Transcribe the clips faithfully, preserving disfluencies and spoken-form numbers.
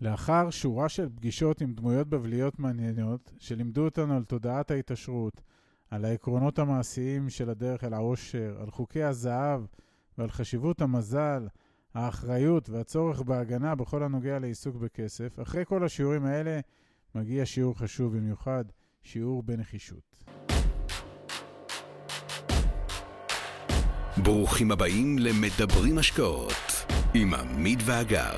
לאחר שורה של פגישות עם דמויות בבליות מעניינות, שלימדו אותנו על תודעת ההתעשרות, על העקרונות המעשיים של הדרך אל העושר, על חוקי הזהב ועל חשיבות המזל, האחריות והצורך בהגנה בכל הנוגע לעיסוק בכסף, אחרי כל השיעורים האלה מגיע שיעור חשוב במיוחד, שיעור בנחישות. ברוכים הבאים למדברים השקעות עם עמית ואגר.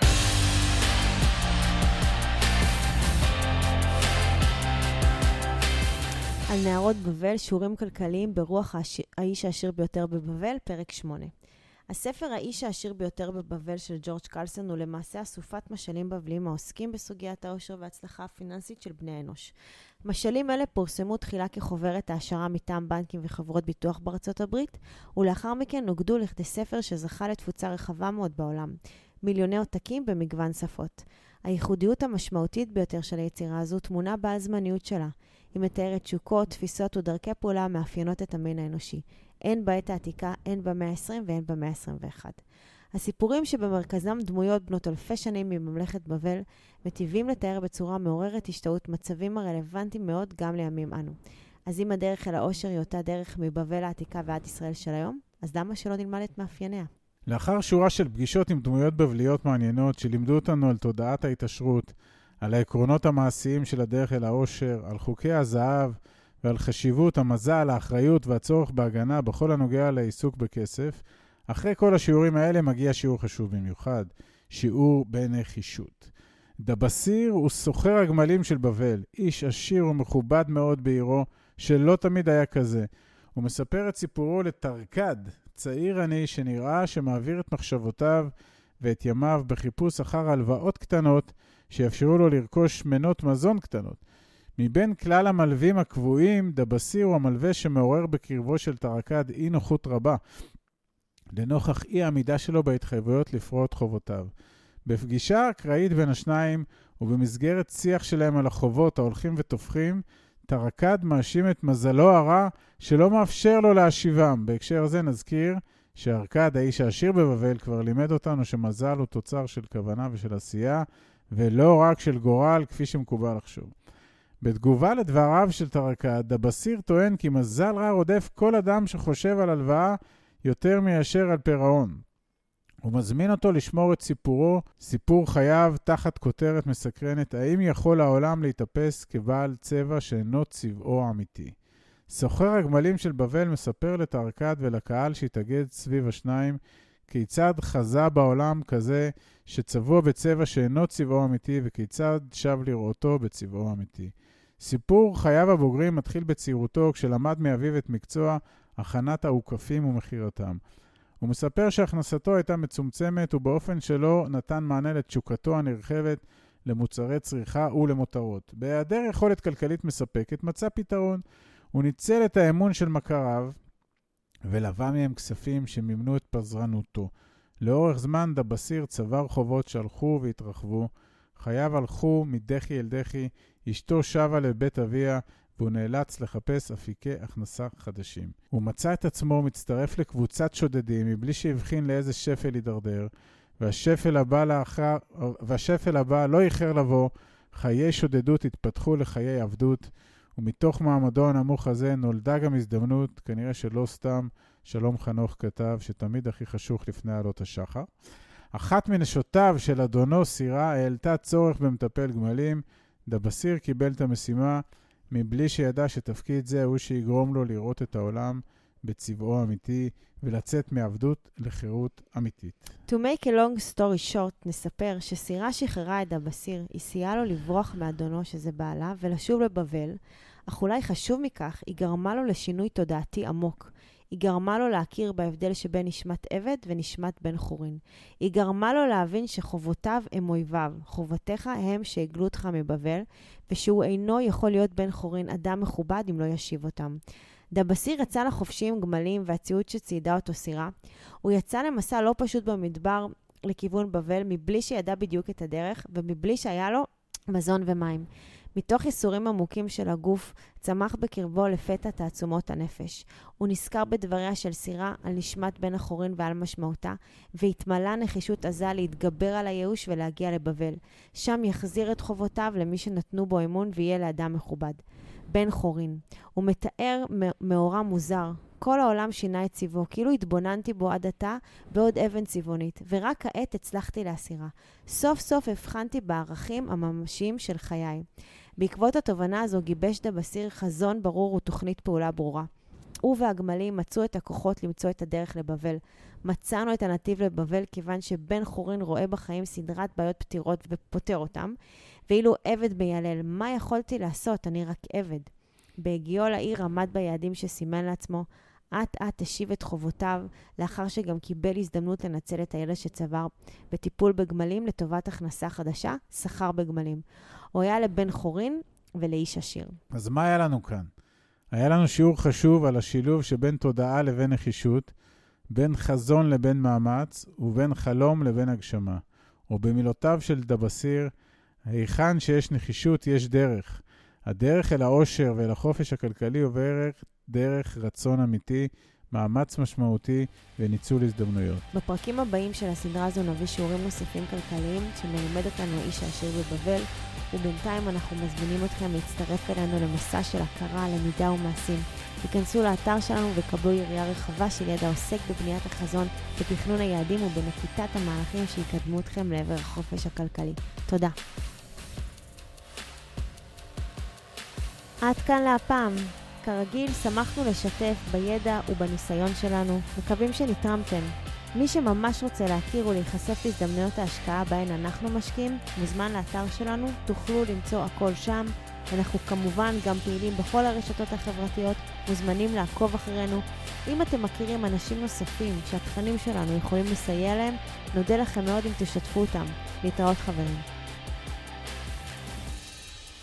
על נערות בבל, שיעורים כלכליים ברוח האיש העשיר ביותר בבבל, פרק שמונה. הספר האיש העשיר ביותר בבבל של ג'ורג' קלסון הוא למעשה אסופת משלים בבליים העוסקים בסוגיית העושר וההצלחה הפיננסית של בני האנוש. משלים אלה פורסמו תחילה כחוברת העשרה מטעם בנקים וחברות ביטוח בארצות הברית, ולאחר מכן נוגדו לכדי ספר שזכה לתפוצה רחבה מאוד בעולם, מיליוני עותקים במגוון שפות. הייחודיות המשמעותית ביותר של היצירה הזו תמונה בעל זמניות שלה. היא מתארת תשוקות, תפיסות ודרכי פעולה המאפיינות את המין האנושי. הן בעת העתיקה, הן במאה ה-עשרים והן במאה ה-עשרים ואחת. הסיפורים שבמרכזם דמויות בנות אלפי שנים מממלכת בבל, מטיבים לתאר בצורה מעוררת השתאות מצבים הרלוונטיים מאוד גם לימים אנו. אז אם הדרך אל העושר היא אותה דרך מבבל העתיקה ועד ישראל של היום, אז למה שלא נלמד את מאפייניה? לאחר שורה של פגישות עם דמויות בבליות מעניינות שלימדו אותנו על תודעת ההתעשרות, על העקרונות המעשיים של הדרך אל העושר, על חוקי הזהב ועל חשיבות המזל, האחריות והצורך בהגנה בכל הנוגע לעיסוק בכסף, אחרי כל השיעורים האלה מגיע שיעור חשוב במיוחד, שיעור בנחישות. דבסיר הוא סוחר הגמלים של בבל, איש עשיר ומכובד מאוד בעירו, שלא תמיד היה כזה. הוא מספר את סיפורו לתרקד, צעיר עני שנראה שמעביר את מחשבותיו ואת ימיו בחיפוש אחר הלוואות קטנות שיאפשרו לו לרכוש מנות מזון קטנות. מבין כלל המלווים הקבועים, דבסיר הוא המלווה שמעורר בקרבו של תרקד אי נוחות רבה, לנוכח אי העמידה שלו בהתחייבויות לפרוע את חובותיו. בפגישה אקראית בין השניים ובמסגרת שיח שלהם על החובות ההולכים ותופחים, תרקד מאשים את מזלו הרע שלא מאפשר לו להשיבם. בהקשר הזה נזכיר שארקד, האיש העשיר בבבל, כבר לימד אותנו שמזל הוא תוצר של כוונה ושל עשייה, ולא רק של גורל כפי שמקובל לחשוב. בתגובה לדבריו של תרקד, דבסיר טוען כי מזל רע רודף כל אדם שחושב על הלוואה יותר מאשר על פירעון. הוא מזמין אותו לשמור את סיפורו, סיפור חייו, תחת כותרת מסקרנת, האם יכול העולם להתאפס כבעל צבע שאינו צבעו האמיתי. סוחר הגמלים של בבל מספר לתרקד ולקהל שהתאגד סביב השניים, כיצד חזה בעולם כזה שצבוע בצבע שאינו צבעו האמיתי, וכיצד שב לראותו בצבעו האמיתי. סיפור חייו הבוגרים מתחיל בצעירותו כשלמד מאביו את מקצוע הכנת העוקפים ומחירתם. הוא מספר שהכנסתו הייתה מצומצמת ובאופן שלו נתן מענה לתשוקתו הנרחבת למוצרי צריכה ולמותרות. בהיעדר יכולת כלכלית מספקת מצא פתרון. הוא ניצל את האמון של מכריו ולווה מהם כספים שמימנו את פזרנותו. לאורך זמן דבסיר צבר חובות שהלכו והתרחבו. חייו הלכו מדחי אל דחי, אשתו שבה לבית אביה, והוא נאלץ לחפש אפיקי הכנסה חדשים. הוא מצא את עצמו מצטרף לקבוצת שודדים מבלי שהבחין לאיזה שפל יידרדר, והשפל הבא, לאחר, והשפל הבא לא איחר לבוא. חיי שודדות התפתחו לחיי עבדות, ומתוך מעמדו הנמוך הזה נולדה גם הזדמנות, כנראה שלא סתם שלום חנוך כתב שתמיד הכי חשוך לפני עלות השחר. אחת מנשותיו של אדונו סירה העלתה צורך במטפל גמלים. דבסיר קיבל את המשימה מבלי שידע שתפקיד זה הוא שיגרום לו לראות את העולם בצבעו האמיתי ולצאת מעבדות לחירות אמיתית. To make a long story short, נספר שסירה שחררה את דבסיר, היא סייעה לו לברוח מאדונו שזה בעלה ולשוב לבבל, אך אולי חשוב מכך, היא גרמה לו לשינוי תודעתי עמוק. היא גרמה לו להכיר בהבדל שבין נשמת עבד ונשמת בן חורין. היא גרמה לו להבין שחובותיו הם אויביו, חובותיך הם שהגלו אותך מבבל, ושהוא אינו יכול להיות בן חורין אדם מכובד אם לא ישיב אותם. דבסיר יצא לחופשים גמלים והציוד שציידה אותו סירה. הוא יצא למסע לא פשוט במדבר לכיוון בבל, מבלי שידע בדיוק את הדרך, ומבלי שהיה לו מזון ומים. מתוך ייסורים עמוקים של הגוף, צמח בקרבו לפתע תעצומות הנפש. הוא נזכר בדבריה של סירה על נשמת בן החורין ועל משמעותה, והתמלא נחישות עזה להתגבר על הייאוש ולהגיע לבבל. שם יחזיר את חובותיו למי שנתנו בו אמון ויהיה לאדם מכובד. בן חורין. הוא מתאר מאורע מוזר. כל העולם שינה את צבעו, כאילו התבוננתי בו עד עתה בעוד אבן צבעונית, ורק כעת הצלחתי להסירה. סוף סוף הבחנתי בערכים הממשיים של חיי. בעקבות התובנה הזו גיבש דבסיר חזון ברור ותוכנית פעולה ברורה. הוא והגמלים מצאו את הכוחות למצוא את הדרך לבבל. מצאנו את הנתיב לבבל כיוון שבן חורין רואה בחיים סדרת בעיות פתירות ופותר אותם, ואילו עבד בילל, מה יכולתי לעשות? אני רק עבד. בהגיעו לעיר עמד ביעדים שסימן לעצמו, אט אט השיב את חובותיו, לאחר שגם קיבל הזדמנות לנצל את הידע שצבר בטיפול בגמלים לטובת הכנסה חדשה, שכר בגמלים. הוא היה לבן חורין ולאיש עשיר. אז מה היה לנו כאן? היה לנו שיעור חשוב על השילוב שבין תודעה לבין נחישות, בין חזון לבין מאמץ, ובין חלום לבין הגשמה. או במילותיו של דבסיר, היכן שיש נחישות יש דרך. הדרך אל העושר ואל החופש הכלכלי עוברת דרך רצון אמיתי, מאמץ משמעותי וניצול הזדמנויות. בפרקים הבאים של הסדרה הזו נביא שיעורים נוספים כלכליים שמלמד אותנו איש העשיר בבבל, ובינתיים אנחנו מזמינים אתכם להצטרף אלינו למסע של הכרה, למידה ומעשים. תיכנסו לאתר שלנו וקבלו יריעה רחבה של ידע עוסק בבניית החזון, בתכנון היעדים ובנקיטת המהלכים שיקדמו אתכם לעבר החופש הכלכלי. תודה. עד כאן להפעם. כרגיל, שמחנו לשתף בידע ובניסיון שלנו, מקווים שנתרמתם. מי שממש רוצה להכיר ולהיחשף להזדמנויות ההשקעה בהן אנחנו משקיעים, מוזמן לאתר שלנו, תוכלו למצוא הכל שם. אנחנו כמובן גם פעילים בכל הרשתות החברתיות, מוזמנים לעקוב אחרינו. אם אתם מכירים אנשים נוספים שהתכנים שלנו יכולים לסייע להם, נודה לכם מאוד אם תשתפו אותם. להתראות חברים.